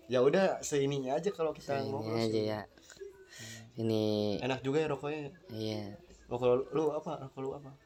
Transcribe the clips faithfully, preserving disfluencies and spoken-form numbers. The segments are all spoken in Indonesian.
Ya udah seininya aja kalau kita Ini ngobrol aja sih. ya. Ini Enak juga ya rokoknya. iya. Oh, kalau lu apa? Rokok lu apa?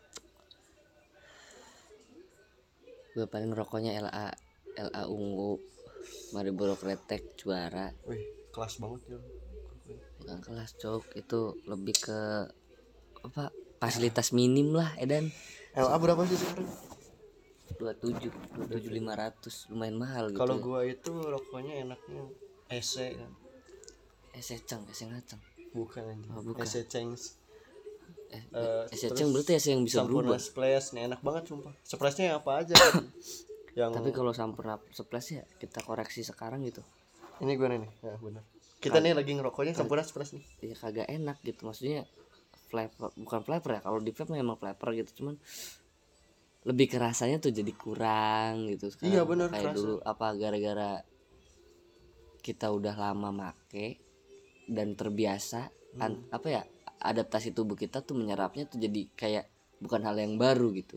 Gue paling rokoknya L A L A ungu, Marlboro kretek juara. Wih, kelas banget ya. Bukan kelas cok, itu lebih ke apa? Fasilitas minim lah, Edan. L A berapa sih sekarang? dua puluh tujuh, dua puluh tujuh lima ratus, lumayan mahal gitu. Kalau Ya. gua itu rokoknya enaknya E C kan. Eh seceng, eh ngaceng. Bukan anjing. Oh, bukan. E C Change. Eh, Uh, eh seceng berarti es yang bisa Sampurna berubah. Splash, nih enak banget sumpah. Splashnya apa aja? Yang Tapi kalau Sampurna Splash ya kita koreksi sekarang gitu. ini gue nih, ya benar. Kita Kag- nih lagi ngerokoknya Sampurna Splash nih. Ya kagak enak gitu, maksudnya flavor, bukan flavor ya, kalau di vape memang flavor gitu, cuman lebih kerasanya tuh jadi kurang gitu sekarang. Iya benar, Kayak kerasa. dulu apa gara-gara kita udah lama make dan terbiasa Hmm. an, apa ya, adaptasi tubuh kita tuh menyerapnya tuh jadi kayak bukan hal yang baru gitu.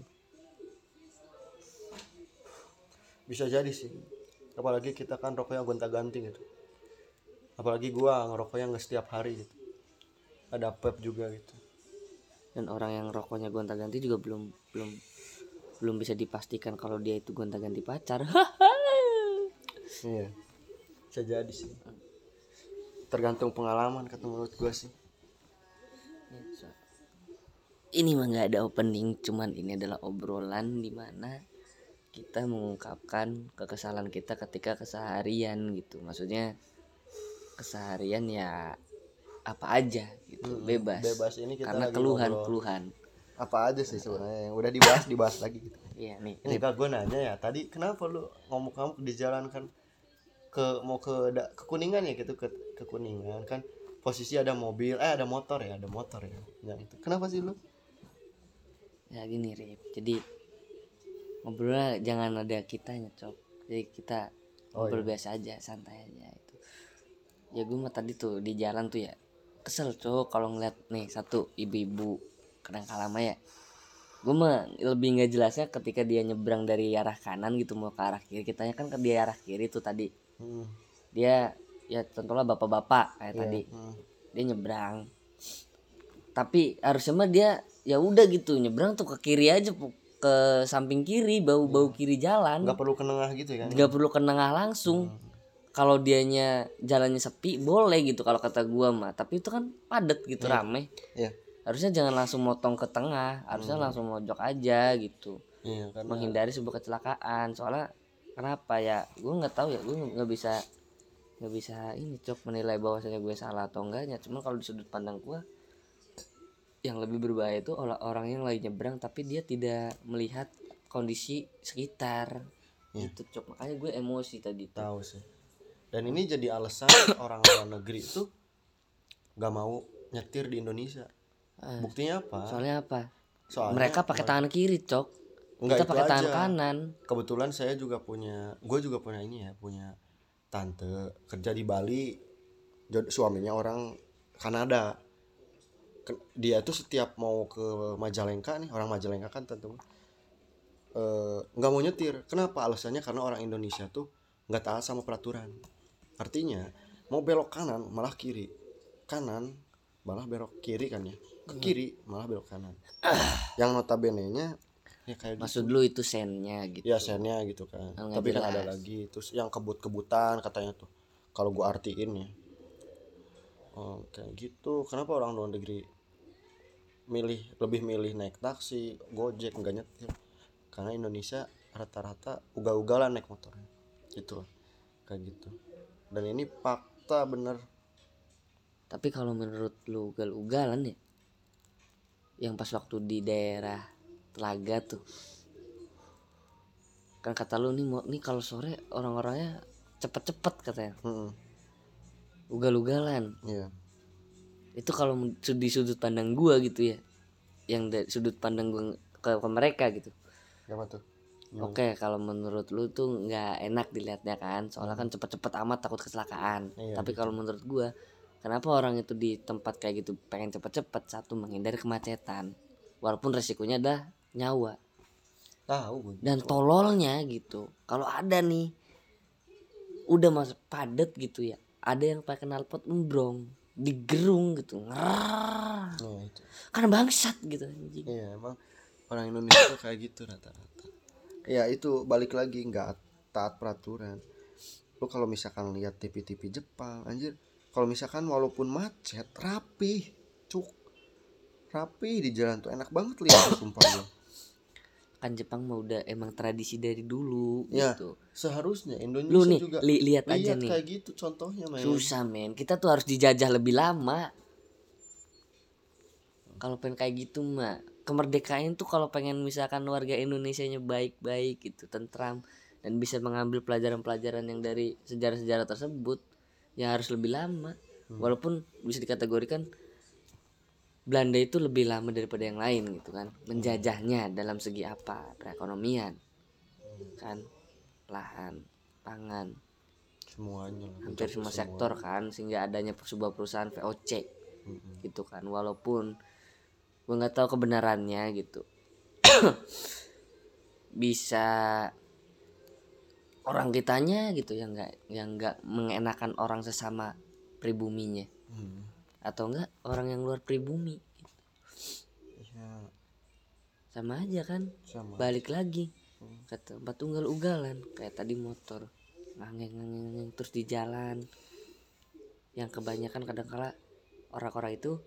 Bisa jadi sih. Apalagi kita kan rokoknya gonta-ganti gitu. Apalagi gua ngerokoknya nggak setiap hari gitu. Ada vape juga gitu. Dan orang yang rokoknya gonta-ganti juga belum belum belum bisa dipastikan kalau dia itu gonta-ganti pacar. Iya. Bisa jadi sih. Tergantung pengalaman kata menurut gua sih. Ini mah nggak ada opening, cuman ini adalah obrolan di mana kita mengungkapkan kekesalan kita ketika keseharian gitu. Maksudnya keseharian ya apa aja gitu, Hmm, bebas. bebas ini kita Karena lagi keluhan ngobrol. keluhan. Apa aja sih sebenarnya yang udah dibahas dibahas lagi gitu. Iya nih. Ini kak gue nanya ya tadi kenapa lu ngomong-ngomong di jalan kan ke mau ke da, ke Kuningan ya gitu ke ke Kuningan kan posisi ada mobil eh ada motor ya ada motor ya yang itu kenapa sih lu? Ya gini Rip, jadi ngobrolnya jangan ada kitanya cok, jadi kita ngobrol Oh, iya. biasa aja, santai aja itu. Ya gue mah tadi tuh di jalan tuh ya kesel cok kalau ngeliat nih satu ibu-ibu kadang kala mah ya, gue mah lebih nggak jelasnya ketika dia nyebrang dari arah kanan gitu mau ke arah kiri, kitanya kan ke dia arah kiri tuh tadi. Hmm, Dia ya contohnya bapak-bapak kayak iya. tadi, Hmm. dia nyebrang, tapi harusnya mah dia ya udah gitu nyebrang tuh ke kiri aja, ke samping kiri, bau-bau kiri jalan, Nggak perlu ke tengah gitu kan? nggak perlu ke tengah langsung. Kalau dianya jalannya sepi boleh gitu kalau kata gua mah, tapi itu kan padet gitu, Iya. rame. Iya. Harusnya jangan langsung motong ke tengah, harusnya langsung mojok aja gitu, Iya karena menghindari sebuah kecelakaan. Soalnya kenapa ya, gue nggak tahu ya, gue nggak bisa nggak bisa ini cok menilai bahwasanya gue salah atau enggaknya. Cuma kalau di sudut pandang gue, yang lebih berbahaya itu orang yang lagi nyebrang tapi dia tidak melihat kondisi sekitar. Iya. Itu cok, makanya gue emosi tadi tuh. tahu sih. Dan ini jadi alasan orang luar negeri itu nggak mau nyetir di Indonesia. Ah, Buktinya apa? soalnya apa? Soalnya Mereka pakai tangan kiri cok, enggak kita itu pakai tangan aja. kanan. Kebetulan saya juga punya, gue juga punya ini ya, punya tante kerja di Bali. Jod- Suaminya orang Kanada. Ke- Dia tuh setiap mau ke Majalengka nih, orang Majalengka kan tentu eh, nggak mau nyetir. Kenapa? Alasannya karena orang Indonesia tuh nggak taat sama peraturan. Artinya mau belok kanan malah kiri, kanan malah belok kiri kan ya, ke kiri malah belok kanan. Yang notabene-nya ya kayak Maksud gitu. lu itu sennya gitu. Ya sennya gitu kan. Kan nggak Tapi kan ada jelas. lagi terus yang kebut-kebutan katanya tuh. Kalau gua artiin ya. Oh, kayak gitu. Kenapa orang luar negeri milih lebih milih naik taksi, Gojek nggak nyetir? Karena Indonesia rata-rata ugal-ugalan naik motornya. Gitu lah. Kayak gitu. Dan ini fakta bener. Tapi kalau menurut lu ugal-ugalan ya, yang pas waktu di daerah Telaga tuh, kan kata lu nih mau nih kalau sore orang-orangnya cepet-cepet katanya, Hmm, ugal-ugalan. iya. Itu kalau di sudut pandang gua gitu ya, yang dari sudut pandang gua ke, ke mereka gitu. Apa tuh? Gimana? Oke, kalau menurut lu tuh nggak enak dilihatnya kan, soalnya kan cepet-cepet amat takut kecelakaan. Iya, Tapi gitu. kalau menurut gua, kenapa orang itu di tempat kayak gitu pengen cepet-cepet? Satu, menghindari kemacetan, walaupun resikonya adalah nyawa. Tahu gue. Dan tololnya gitu, kalau ada nih udah masuk padet gitu ya, ada yang pakai knalpot embrong digerung gitu, ngerrrr. Nah, itu. Karena bangsat gitu anjing. Iya, emang orang Indonesia tuh kayak gitu rata-rata. Ya itu balik lagi nggak taat peraturan. Lu kalau misalkan lihat T V-T V Jepang, anjir, kalau misalkan walaupun macet rapi, cuk, rapi di jalan tuh enak banget lihat sumpah lu. Kan Jepang mah udah emang tradisi dari dulu Ya, gitu. seharusnya Lu Indonesia nih juga li- lihat aja lihat nih, kayak gitu contohnya, men. susah men, kita tuh harus dijajah lebih lama kalau pengen kayak gitu mah. Kemerdekaan tuh kalau pengen misalkan warga Indonesianya baik-baik gitu, tentram, dan bisa mengambil pelajaran-pelajaran yang dari sejarah-sejarah tersebut, ya harus lebih lama. Walaupun bisa dikategorikan Belanda itu lebih lama daripada yang lain gitu kan, menjajahnya dalam segi apa, perekonomian kan, lahan, pangan, Semuanya lah, hampir mencakup semua sektor kan, sehingga adanya sebuah perusahaan V O C Mm-mm. gitu kan. Walaupun gue nggak tahu kebenarannya gitu, bisa orang kitanya gitu yang nggak yang nggak mengenakan orang sesama pribuminya, Hmm. atau enggak orang yang luar pribumi, Ya, sama aja kan. sama. Balik lagi ke tempat tunggal ugalan kayak tadi motor ngangeng-ngangeng terus di jalan, yang kebanyakan kadangkala orang-orang itu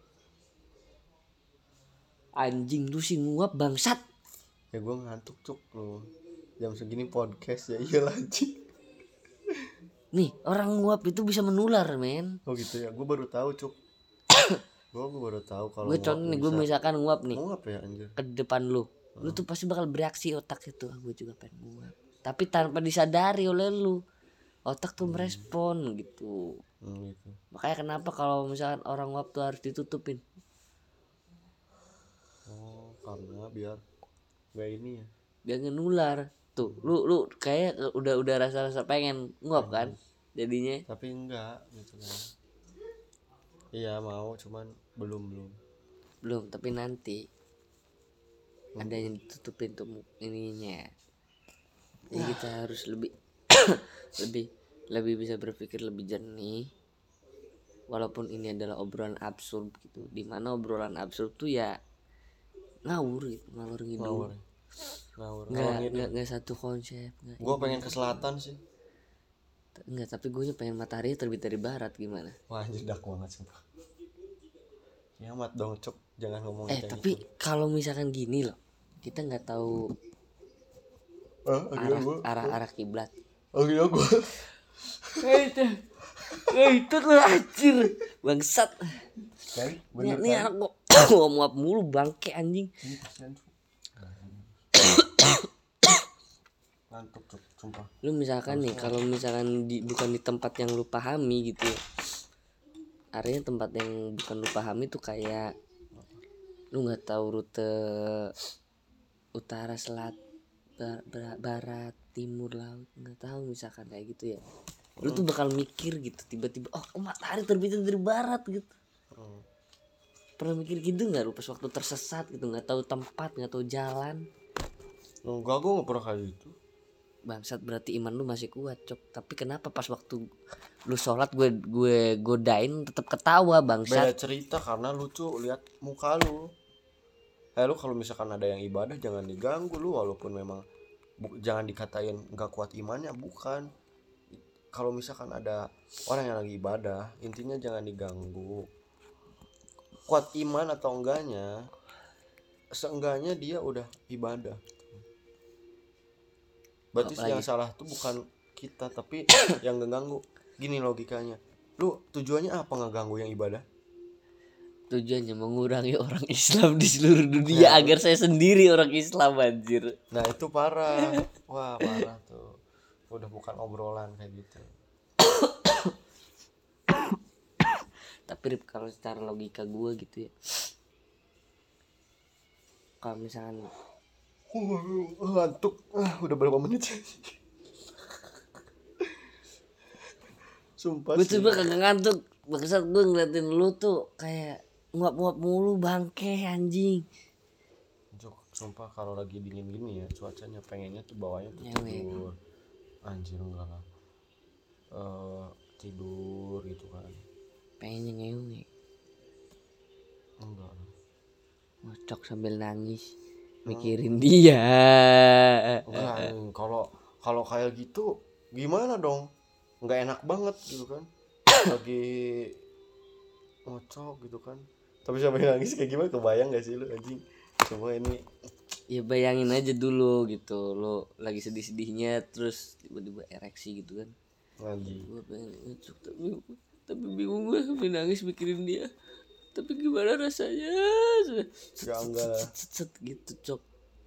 anjing tuh sih nguap bangsat. Ya gue ngantuk cuk lu. Jam segini podcast ya iyalah anjing. Nih orang nguap itu bisa menular men. Oh gitu ya, gue baru tahu cuk. gue gue baru tahu kalau Gue nguap contoh tuh nih, gue bisa. misalkan nguap nih Nguap ya anjir. ke depan lu, lu tuh pasti bakal bereaksi otak itu, gue juga pengen nguap, tapi tanpa disadari oleh lu, otak tuh merespon gitu. Hmm, gitu. Makanya kenapa kalau misalkan orang nguap tuh harus ditutupin, Oh, karena biar gak ini ya. biar nggak nular. Tuh lu lu kayak udah udah rasa-rasa pengen nguap kan jadinya. Tapi enggak gitu kan. Iya mau, cuman belum belum. Belum, tapi nanti ada yang ditutupin tuh mu- ininya. Jadi kita harus lebih lebih lebih bisa berpikir lebih jernih. Walaupun ini adalah obrolan absurd gitu, dimana obrolan absurd tuh ya ngawur gitu, ngalur Ngawur. ngidul, Ngawur. nggak Ngawur gitu. nggak nggak satu konsep, nggak Gue ini. pengen ke selatan sih. Nggak, tapi gue pengen matahari terbit dari barat gimana. Wah anjir dak banget sumpah. Kiamat dong cuk, jangan ngomong Eh kayak tapi gitu. kalau misalkan gini loh, kita nggak tahu Ah, arah arah arah kiblat. Oh iya gue. Eh itu, eh itu tuh anjir bangsat. Kan? Nih, Bener nih kan? anak gua gua muap mulu bangke anjing. Ini kasihan cuk. Ngantuk cuk, sumpah. Lu misalkan nih kalau misalkan di, bukan di tempat yang lu pahami gitu ya, artinya tempat yang bukan lu pahami tuh kayak lu nggak tahu rute utara, selat, bar, bar- barat, timur, laut, nggak tahu misalkan kayak gitu ya, lu tuh bakal mikir gitu tiba-tiba, oh matahari terbitnya dari barat gitu. Hmm. Pernah mikir gitu nggak lu pas waktu tersesat gitu, nggak tahu tempat, nggak tahu jalan? Enggak, gue gak pernah kayak gitu. Bangsat, berarti iman lu masih kuat cok. Tapi kenapa pas waktu lu sholat gue gue godain tetap ketawa Beda bangsat. cerita karena lucu lihat muka lu. Eh lu kalau misalkan ada yang ibadah jangan diganggu lu, walaupun memang bu, jangan dikatain nggak kuat imannya, bukan. Kalau misalkan ada orang yang lagi ibadah, intinya jangan diganggu. Kuat iman atau enggaknya, seenggaknya dia udah ibadah. Berarti Apalagi? yang salah tuh bukan kita tapi yang ngeganggu. Gini logikanya, lu tujuannya apa ngeganggu yang ibadah? Tujuannya mengurangi orang Islam di seluruh dunia, Nah, agar saya sendiri orang Islam anjir. nah itu parah. Wah parah tuh, udah bukan obrolan kayak gitu. Tapi Rip, kalau secara logika gue gitu ya, kalau misalkan Uh, ngantuk. Ah, udah berapa menit sih? Sumpah gue sih. coba kagak ngantuk bangsat, gue ngeliatin lu tuh kayak nguap-nguap mulu bangke anjing. Juk, sumpah kalau lagi dingin gini ya cuacanya, pengennya tuh bawahnya tuh Nyewe. tidur. Anjir enggak lah. eh, tidur gitu kan. pengennya ngewe Enggak. ngocok sambil nangis Hmm. mikirin dia. Enggak, anjing. kalau kalau kayak gitu gimana dong, nggak enak banget gitu kan, lagi ngocok gitu kan tapi sampai nangis kayak gimana, kebayang gak sih lu anjing? Coba ini Ya bayangin aja dulu gitu, lo lagi sedih-sedihnya terus tiba-tiba ereksi gitu kan. anjing. Gue pengen ngocok tapi tapi bingung gue sambil nangis mikirin dia. Tapi gimana rasanya? Set, Ya set, enggak set, lah. set, set, gitu cok.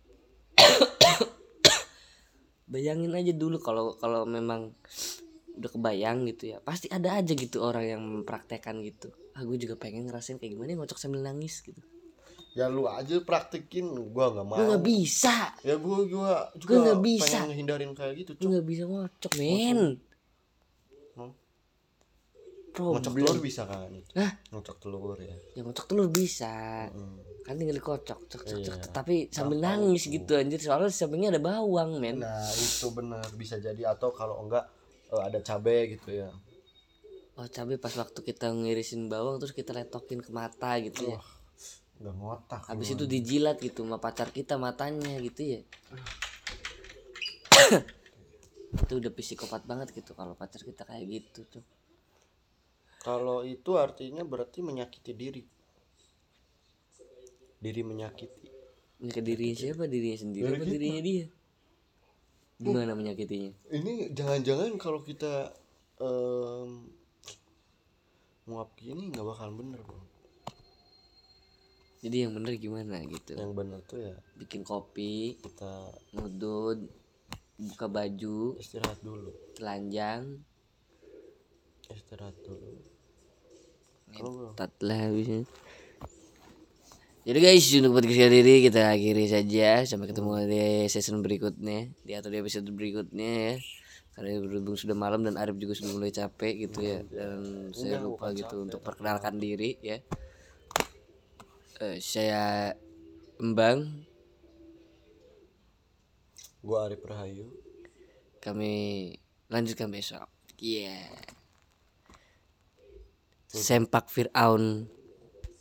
Bayangin aja dulu kalau kalau memang udah kebayang gitu ya, pasti ada aja gitu orang yang mempraktekkan gitu. Ah gue juga pengen ngerasain kayak gimana ngocok sambil nangis gitu. Ya lu aja praktekin, gua nggak Gue mau. nggak bisa, Ya gua gua gue juga nggak bisa, pengen ngehindarin kayak gitu gue cok. nggak bisa ngocok men. Hmm? Ngocok Problem. telur bisa kan? Hah? Ngocok telur ya. Ya ngocok telur bisa. Hmm. Kan tinggal dikocok, cok, cok, cok, Iya. tapi sambil Apa nangis itu? gitu anjir, soalnya di sampingnya ada bawang men. Nah itu benar bisa jadi, atau kalau enggak eh, ada cabai gitu ya. Oh cabai pas waktu kita ngirisin bawang terus kita letokin ke mata gitu ya. Wah, nggak ngotak. Habis lu, itu anjing. dijilat gitu sama pacar kita matanya gitu ya. Itu udah psikopat banget gitu kalau pacar kita kayak gitu tuh. Kalau itu artinya berarti menyakiti diri. Diri menyakiti. Menyakiti dirinya siapa? Dirinya sendiri Diri apa kita. dirinya dia? Gimana menyakitinya? Ini jangan-jangan kalau kita em, nguap gini nggak bakalan bener bro. Jadi yang bener gimana gitu? Yang bener tuh ya Bikin kopi, kita ngudut, buka baju, istirahat dulu. telanjang, Istirahat dulu. Kalau bro, ngetat lah habisnya. Jadi guys, untuk podcast kali ini kita akhiri saja. Sampai ketemu di season berikutnya, di atau di episode berikutnya ya. Karena berhubung sudah malam dan Arif juga sudah mulai capek gitu ya. Dan saya Enggak, lupa bukan gitu capek, untuk tapi perkenalkan diri ya. Eh, saya Embang. gua Arif Rahayu. Kami lanjutkan besok. Iya. Yeah. Sempak Fir'aun